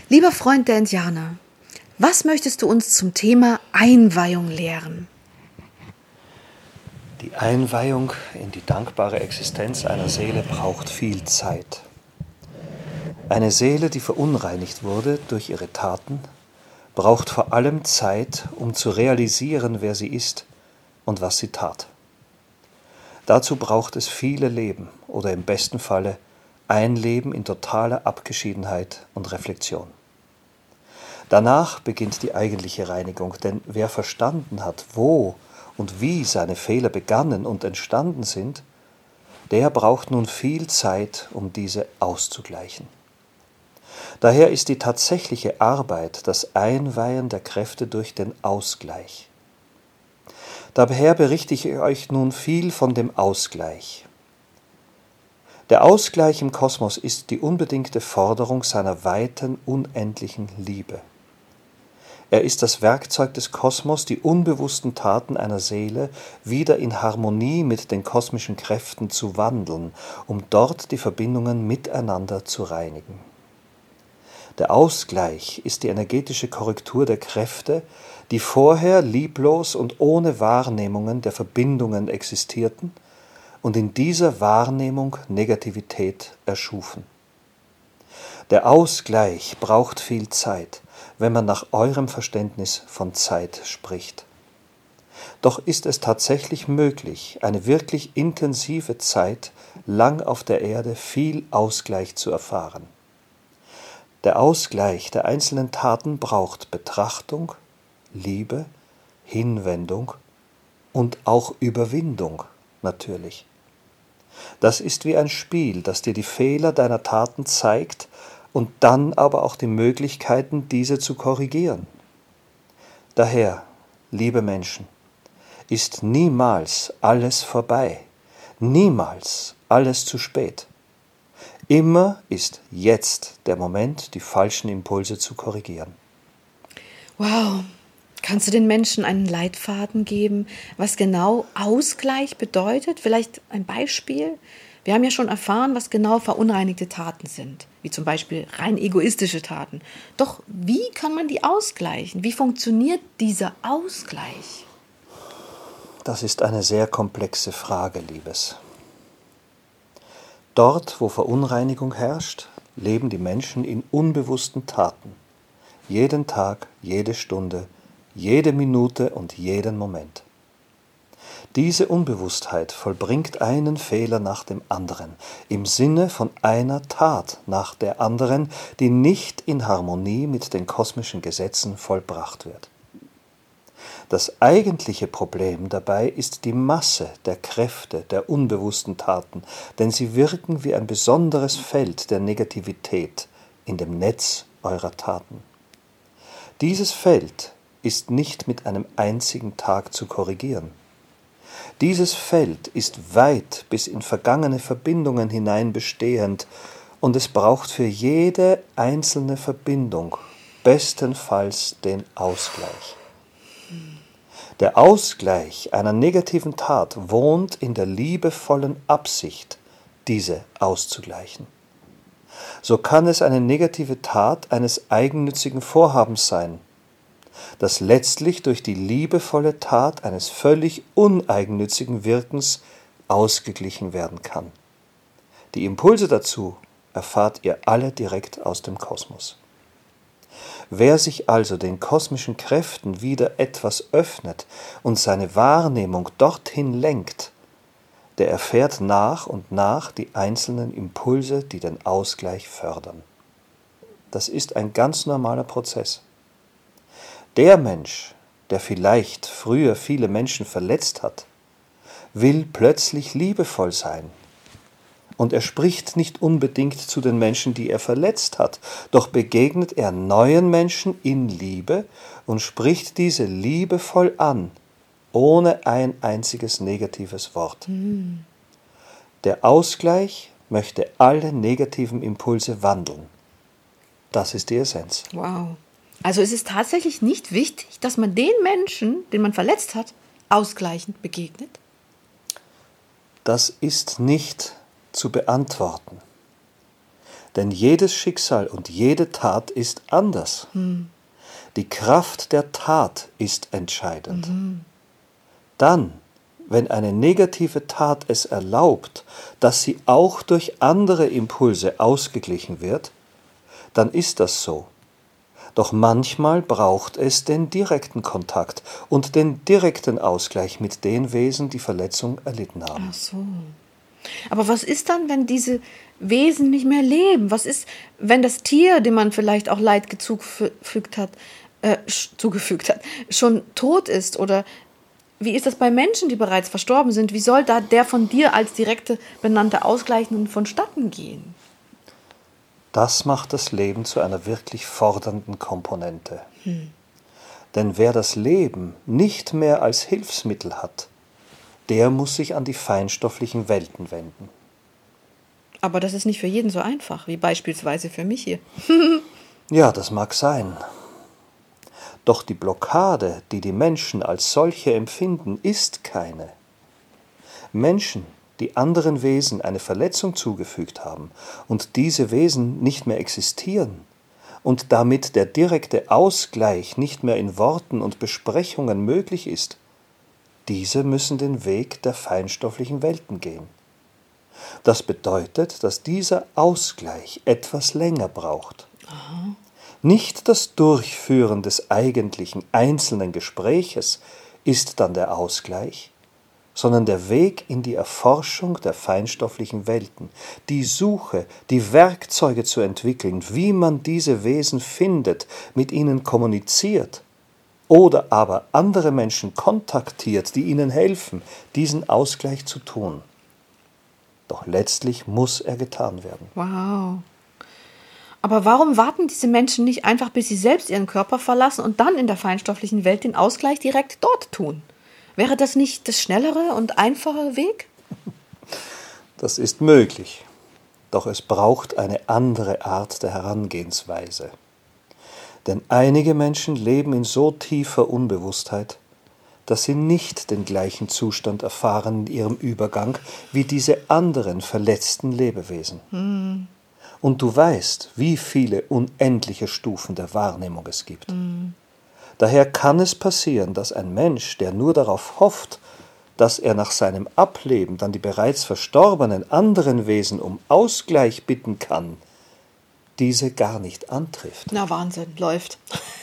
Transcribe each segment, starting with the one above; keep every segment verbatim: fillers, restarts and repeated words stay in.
Lieber Freund der Indianer, was möchtest du uns zum Thema Einweihung lehren? Die Einweihung in die dankbare Existenz einer Seele braucht viel Zeit. Eine Seele, die verunreinigt wurde durch ihre Taten, braucht vor allem Zeit, um zu realisieren, wer sie ist und was sie tat. Dazu braucht es viele Leben oder im besten Falle ein Leben in totaler Abgeschiedenheit und Reflexion. Danach beginnt die eigentliche Reinigung, denn wer verstanden hat, wo und wie seine Fehler begannen und entstanden sind, der braucht nun viel Zeit, um diese auszugleichen. Daher ist die tatsächliche Arbeit das Einweihen der Kräfte durch den Ausgleich. Daher berichte ich euch nun viel von dem Ausgleich. Der Ausgleich im Kosmos ist die unbedingte Forderung seiner weiten, unendlichen Liebe. Er ist das Werkzeug des Kosmos, die unbewussten Taten einer Seele wieder in Harmonie mit den kosmischen Kräften zu wandeln, um dort die Verbindungen miteinander zu reinigen. Der Ausgleich ist die energetische Korrektur der Kräfte, die vorher lieblos und ohne Wahrnehmungen der Verbindungen existierten und in dieser Wahrnehmung Negativität erschufen. Der Ausgleich braucht viel Zeit, wenn man nach eurem Verständnis von Zeit spricht. Doch ist es tatsächlich möglich, eine wirklich intensive Zeit lang auf der Erde viel Ausgleich zu erfahren. Der Ausgleich der einzelnen Taten braucht Betrachtung, Liebe, Hinwendung und auch Überwindung natürlich. Das ist wie ein Spiel, das dir die Fehler deiner Taten zeigt und dann aber auch die Möglichkeiten, diese zu korrigieren. Daher, liebe Menschen, ist niemals alles vorbei, niemals alles zu spät. Immer ist jetzt der Moment, die falschen Impulse zu korrigieren. Wow, kannst du den Menschen einen Leitfaden geben, was genau Ausgleich bedeutet? Vielleicht ein Beispiel? Wir haben ja schon erfahren, was genau verunreinigte Taten sind, wie zum Beispiel rein egoistische Taten. Doch wie kann man die ausgleichen? Wie funktioniert dieser Ausgleich? Das ist eine sehr komplexe Frage, Liebes. Dort, wo Verunreinigung herrscht, leben die Menschen in unbewussten Taten. Jeden Tag, jede Stunde, jede Minute und jeden Moment. Diese Unbewusstheit vollbringt einen Fehler nach dem anderen, im Sinne von einer Tat nach der anderen, die nicht in Harmonie mit den kosmischen Gesetzen vollbracht wird. Das eigentliche Problem dabei ist die Masse der Kräfte der unbewussten Taten, denn sie wirken wie ein besonderes Feld der Negativität in dem Netz eurer Taten. Dieses Feld ist nicht mit einem einzigen Tag zu korrigieren. Dieses Feld ist weit bis in vergangene Verbindungen hinein bestehend und es braucht für jede einzelne Verbindung bestenfalls den Ausgleich. Der Ausgleich einer negativen Tat wohnt in der liebevollen Absicht, diese auszugleichen. So kann es eine negative Tat eines eigennützigen Vorhabens sein, das letztlich durch die liebevolle Tat eines völlig uneigennützigen Wirkens ausgeglichen werden kann. Die Impulse dazu erfahrt ihr alle direkt aus dem Kosmos. Wer sich also den kosmischen Kräften wieder etwas öffnet und seine Wahrnehmung dorthin lenkt, der erfährt nach und nach die einzelnen Impulse, die den Ausgleich fördern. Das ist ein ganz normaler Prozess. Der Mensch, der vielleicht früher viele Menschen verletzt hat, will plötzlich liebevoll sein. Und er spricht nicht unbedingt zu den Menschen, die er verletzt hat, doch begegnet er neuen Menschen in Liebe und spricht diese liebevoll an, ohne ein einziges negatives Wort. Mhm. Der Ausgleich möchte alle negativen Impulse wandeln. Das ist die Essenz. Wow. Also es ist tatsächlich nicht wichtig, dass man den Menschen, den man verletzt hat, ausgleichend begegnet? Das ist nicht zu beantworten. Denn jedes Schicksal und jede Tat ist anders. Hm. Die Kraft der Tat ist entscheidend. Mhm. Dann, wenn eine negative Tat es erlaubt, dass sie auch durch andere Impulse ausgeglichen wird, dann ist das so. Doch manchmal braucht es den direkten Kontakt und den direkten Ausgleich mit den Wesen, die Verletzung erlitten haben. Ach so. Aber was ist dann, wenn diese Wesen nicht mehr leben? Was ist, wenn das Tier, dem man vielleicht auch Leid zugefügt hat, äh, zugefügt hat, schon tot ist? Oder wie ist das bei Menschen, die bereits verstorben sind? Wie soll da der von dir als direkte benannte Ausgleich nun vonstatten gehen? Das macht das Leben zu einer wirklich fordernden Komponente. Hm. Denn wer das Leben nicht mehr als Hilfsmittel hat, der muss sich an die feinstofflichen Welten wenden. Aber das ist nicht für jeden so einfach, wie beispielsweise für mich hier. Ja, das mag sein. Doch die Blockade, die die Menschen als solche empfinden, ist keine. Menschen, die anderen Wesen eine Verletzung zugefügt haben und diese Wesen nicht mehr existieren und damit der direkte Ausgleich nicht mehr in Worten und Besprechungen möglich ist, diese müssen den Weg der feinstofflichen Welten gehen. Das bedeutet, dass dieser Ausgleich etwas länger braucht. Aha. Nicht das Durchführen des eigentlichen einzelnen Gespräches ist dann der Ausgleich, sondern der Weg in die Erforschung der feinstofflichen Welten, die Suche, die Werkzeuge zu entwickeln, wie man diese Wesen findet, mit ihnen kommuniziert oder aber andere Menschen kontaktiert, die ihnen helfen, diesen Ausgleich zu tun. Doch letztlich muss er getan werden. Wow. Aber warum warten diese Menschen nicht einfach, bis sie selbst ihren Körper verlassen und dann in der feinstofflichen Welt den Ausgleich direkt dort tun? Wäre das nicht das schnellere und einfache Weg? Das ist möglich. Doch es braucht eine andere Art der Herangehensweise. Denn einige Menschen leben in so tiefer Unbewusstheit, dass sie nicht den gleichen Zustand erfahren in ihrem Übergang wie diese anderen verletzten Lebewesen. Hm. Und du weißt, wie viele unendliche Stufen der Wahrnehmung es gibt. Hm. Daher kann es passieren, dass ein Mensch, der nur darauf hofft, dass er nach seinem Ableben dann die bereits verstorbenen anderen Wesen um Ausgleich bitten kann, diese gar nicht antrifft. Na Wahnsinn, läuft.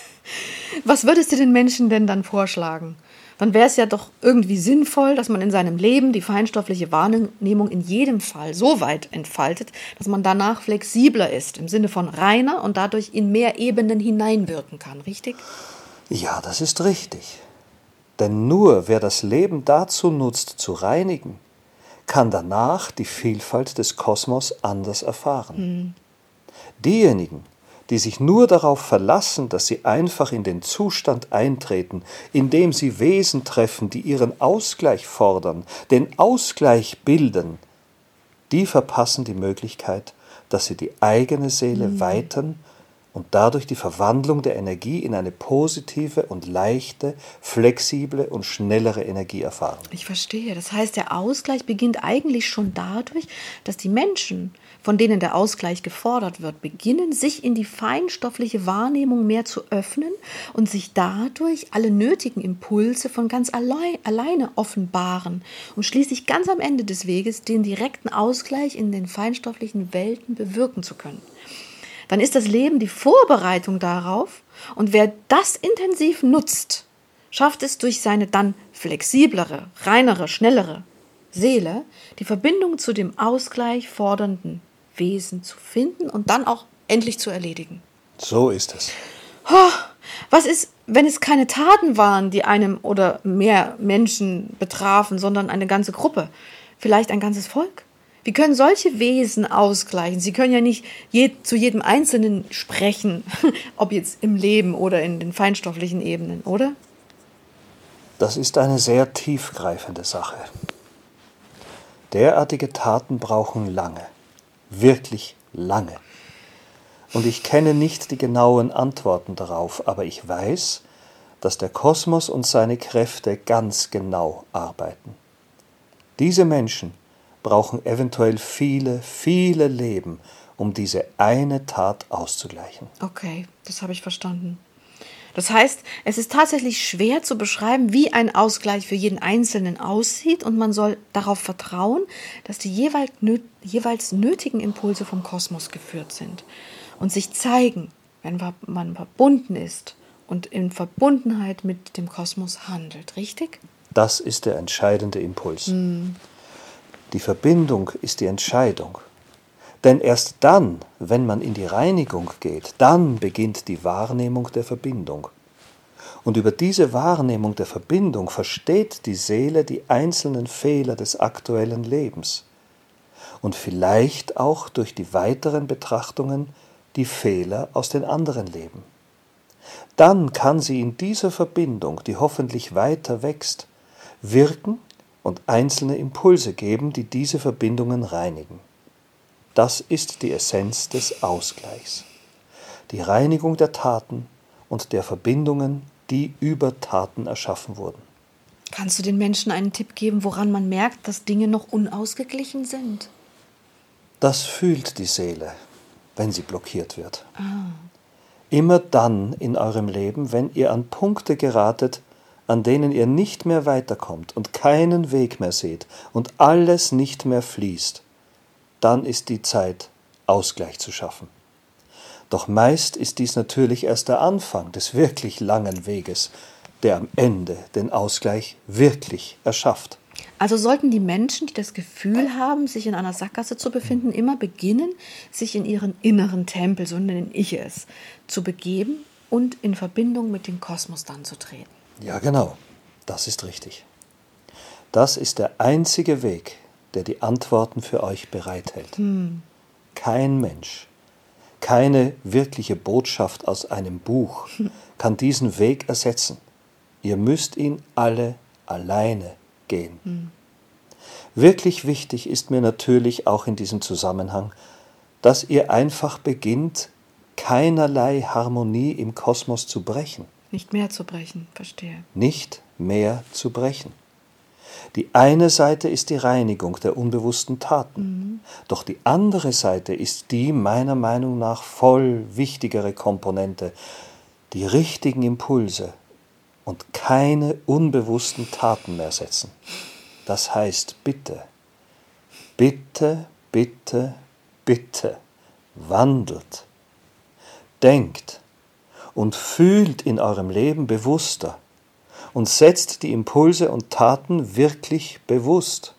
Was würdest du den Menschen denn dann vorschlagen? Dann wäre es ja doch irgendwie sinnvoll, dass man in seinem Leben die feinstoffliche Wahrnehmung in jedem Fall so weit entfaltet, dass man danach flexibler ist, im Sinne von reiner und dadurch in mehr Ebenen hineinwirken kann, richtig? Ja, das ist richtig. Denn nur wer das Leben dazu nutzt, zu reinigen, kann danach die Vielfalt des Kosmos anders erfahren. Hm. Diejenigen, die sich nur darauf verlassen, dass sie einfach in den Zustand eintreten, in dem sie Wesen treffen, die ihren Ausgleich fordern, den Ausgleich bilden, die verpassen die Möglichkeit, dass sie die eigene Seele mhm. weitern und dadurch die Verwandlung der Energie in eine positive und leichte, flexible und schnellere Energie erfahren. Ich verstehe. Das heißt, der Ausgleich beginnt eigentlich schon dadurch, dass die Menschen, von denen der Ausgleich gefordert wird, beginnen, sich in die feinstoffliche Wahrnehmung mehr zu öffnen und sich dadurch alle nötigen Impulse von ganz allein, alleine offenbaren und schließlich ganz am Ende des Weges den direkten Ausgleich in den feinstofflichen Welten bewirken zu können. Dann ist das Leben die Vorbereitung darauf und wer das intensiv nutzt, schafft es durch seine dann flexiblere, reinere, schnellere Seele, die Verbindung zu dem Ausgleich fordernden Wesen zu finden und dann auch endlich zu erledigen. So ist es. Oh, was ist, wenn es keine Taten waren, die einem oder mehr Menschen betrafen, sondern eine ganze Gruppe, vielleicht ein ganzes Volk? Wie können solche Wesen ausgleichen? Sie können ja nicht je, zu jedem Einzelnen sprechen, ob jetzt im Leben oder in den feinstofflichen Ebenen, oder? Das ist eine sehr tiefgreifende Sache. Derartige Taten brauchen lange, wirklich lange. Und ich kenne nicht die genauen Antworten darauf, aber ich weiß, dass der Kosmos und seine Kräfte ganz genau arbeiten. Diese Menschen brauchen eventuell viele, viele Leben, um diese eine Tat auszugleichen. Okay, das habe ich verstanden. Das heißt, es ist tatsächlich schwer zu beschreiben, wie ein Ausgleich für jeden Einzelnen aussieht und man soll darauf vertrauen, dass die jeweils, nöt- jeweils nötigen Impulse vom Kosmos geführt sind und sich zeigen, wenn man verbunden ist und in Verbundenheit mit dem Kosmos handelt, richtig? Das ist der entscheidende Impuls. Hm. Die Verbindung ist die Entscheidung. Denn erst dann, wenn man in die Reinigung geht, dann beginnt die Wahrnehmung der Verbindung. Und über diese Wahrnehmung der Verbindung versteht die Seele die einzelnen Fehler des aktuellen Lebens. Und vielleicht auch durch die weiteren Betrachtungen die Fehler aus den anderen Leben. Dann kann sie in dieser Verbindung, die hoffentlich weiter wächst, wirken und einzelne Impulse geben, die diese Verbindungen reinigen. Das ist die Essenz des Ausgleichs. Die Reinigung der Taten und der Verbindungen, die über Taten erschaffen wurden. Kannst du den Menschen einen Tipp geben, woran man merkt, dass Dinge noch unausgeglichen sind? Das fühlt die Seele, wenn sie blockiert wird. Ah. Immer dann in eurem Leben, wenn ihr an Punkte geratet, an denen ihr nicht mehr weiterkommt und keinen Weg mehr seht und alles nicht mehr fließt, dann ist die Zeit, Ausgleich zu schaffen. Doch meist ist dies natürlich erst der Anfang des wirklich langen Weges, der am Ende den Ausgleich wirklich erschafft. Also sollten die Menschen, die das Gefühl haben, sich in einer Sackgasse zu befinden, immer beginnen, sich in ihren inneren Tempel, so nenne ich es, zu begeben und in Verbindung mit dem Kosmos dann zu treten. Ja, genau, das ist richtig. Das ist der einzige Weg, der die Antworten für euch bereithält. Hm. Kein Mensch, keine wirkliche Botschaft aus einem Buch kann diesen Weg ersetzen. Ihr müsst ihn alle alleine gehen. Hm. Wirklich wichtig ist mir natürlich auch in diesem Zusammenhang, dass ihr einfach beginnt, keinerlei Harmonie im Kosmos zu brechen. Nicht mehr zu brechen, verstehe. Nicht mehr zu brechen. Die eine Seite ist die Reinigung der unbewussten Taten, mhm. doch die andere Seite ist die meiner Meinung nach voll wichtigere Komponente, die richtigen Impulse und keine unbewussten Taten mehr setzen. Das heißt, bitte, bitte, bitte, bitte, wandelt, denkt und fühlt in eurem Leben bewusster und setzt die Impulse und Taten wirklich bewusst.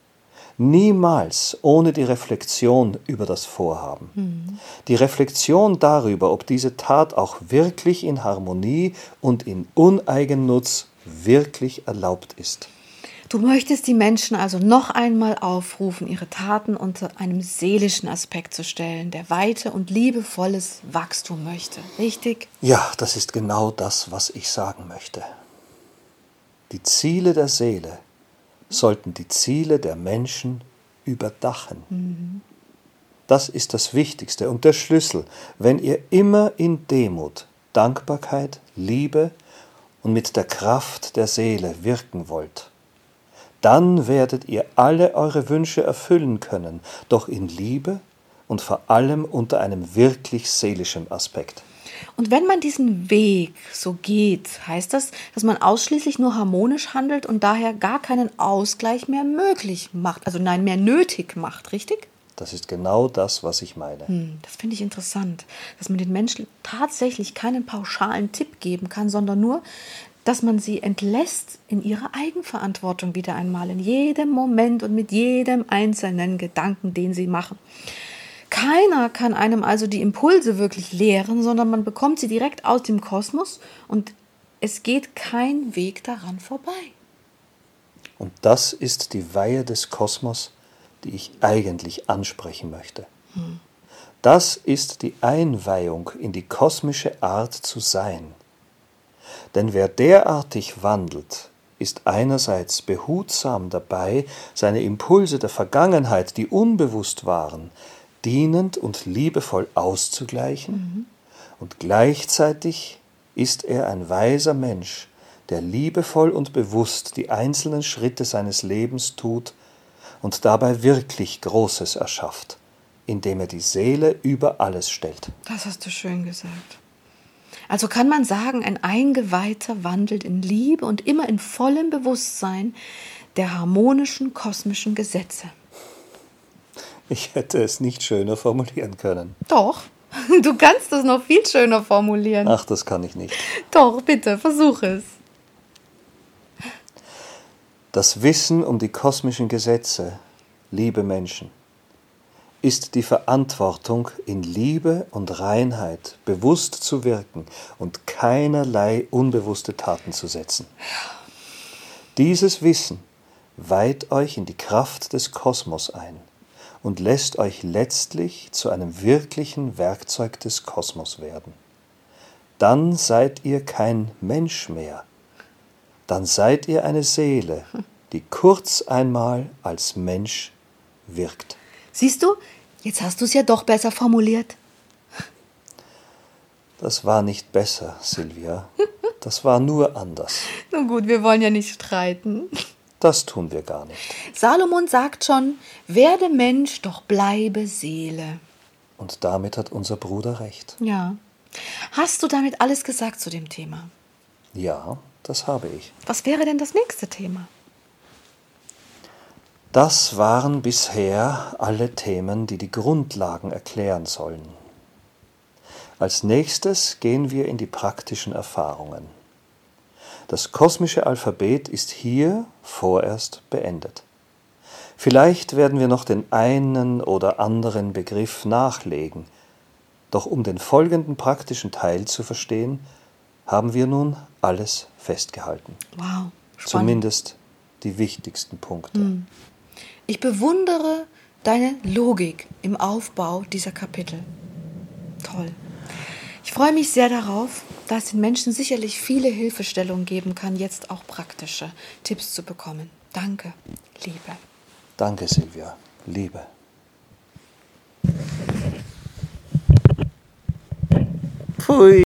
Niemals ohne die Reflexion über das Vorhaben. Mhm. Die Reflexion darüber, ob diese Tat auch wirklich in Harmonie und in Uneigennutz wirklich erlaubt ist. Du möchtest die Menschen also noch einmal aufrufen, ihre Taten unter einem seelischen Aspekt zu stellen, der weite und liebevolles Wachstum möchte, richtig? Ja, das ist genau das, was ich sagen möchte. Die Ziele der Seele sollten die Ziele der Menschen überdachen. Mhm. Das ist das Wichtigste und der Schlüssel, wenn ihr immer in Demut, Dankbarkeit, Liebe und mit der Kraft der Seele wirken wollt. Dann werdet ihr alle eure Wünsche erfüllen können, doch in Liebe und vor allem unter einem wirklich seelischen Aspekt. Und wenn man diesen Weg so geht, heißt das, dass man ausschließlich nur harmonisch handelt und daher gar keinen Ausgleich mehr möglich macht, also nein, mehr nötig macht, richtig? Das ist genau das, was ich meine. Hm, das finde ich interessant, dass man den Menschen tatsächlich keinen pauschalen Tipp geben kann, sondern nur, dass man sie entlässt in ihrer Eigenverantwortung wieder einmal, in jedem Moment und mit jedem einzelnen Gedanken, den sie machen. Keiner kann einem also die Impulse wirklich lehren, sondern man bekommt sie direkt aus dem Kosmos und es geht kein Weg daran vorbei. Und das ist die Weihe des Kosmos, die ich eigentlich ansprechen möchte. Hm. Das ist die Einweihung in die kosmische Art zu sein. Denn wer derartig wandelt, ist einerseits behutsam dabei, seine Impulse der Vergangenheit, die unbewusst waren, dienend und liebevoll auszugleichen, mhm. und gleichzeitig ist er ein weiser Mensch, der liebevoll und bewusst die einzelnen Schritte seines Lebens tut und dabei wirklich Großes erschafft, indem er die Seele über alles stellt. Das hast du schön gesagt. Also kann man sagen, ein Eingeweihter wandelt in Liebe und immer in vollem Bewusstsein der harmonischen kosmischen Gesetze. Ich hätte es nicht schöner formulieren können. Doch, du kannst es noch viel schöner formulieren. Ach, das kann ich nicht. Doch, bitte, versuch es. Das Wissen um die kosmischen Gesetze, liebe Menschen, ist die Verantwortung, in Liebe und Reinheit bewusst zu wirken und keinerlei unbewusste Taten zu setzen. Dieses Wissen weiht euch in die Kraft des Kosmos ein und lässt euch letztlich zu einem wirklichen Werkzeug des Kosmos werden. Dann seid ihr kein Mensch mehr. Dann seid ihr eine Seele, die kurz einmal als Mensch wirkt. Siehst du, jetzt hast du es ja doch besser formuliert. Das war nicht besser, Silvia. Das war nur anders. Nun gut, wir wollen ja nicht streiten. Das tun wir gar nicht. Salomon sagt schon, werde Mensch, doch bleibe Seele. Und damit hat unser Bruder recht. Ja. Hast du damit alles gesagt zu dem Thema? Ja, das habe ich. Was wäre denn das nächste Thema? Das waren bisher alle Themen, die die Grundlagen erklären sollen. Als nächstes gehen wir in die praktischen Erfahrungen. Das kosmische Alphabet ist hier vorerst beendet. Vielleicht werden wir noch den einen oder anderen Begriff nachlegen, doch um den folgenden praktischen Teil zu verstehen, haben wir nun alles festgehalten. Wow, spannend. Zumindest die wichtigsten Punkte. Hm. Ich bewundere deine Logik im Aufbau dieser Kapitel. Toll. Ich freue mich sehr darauf, da es den Menschen sicherlich viele Hilfestellungen geben kann, jetzt auch praktische Tipps zu bekommen. Danke, Liebe. Danke, Silvia. Liebe. Pfui.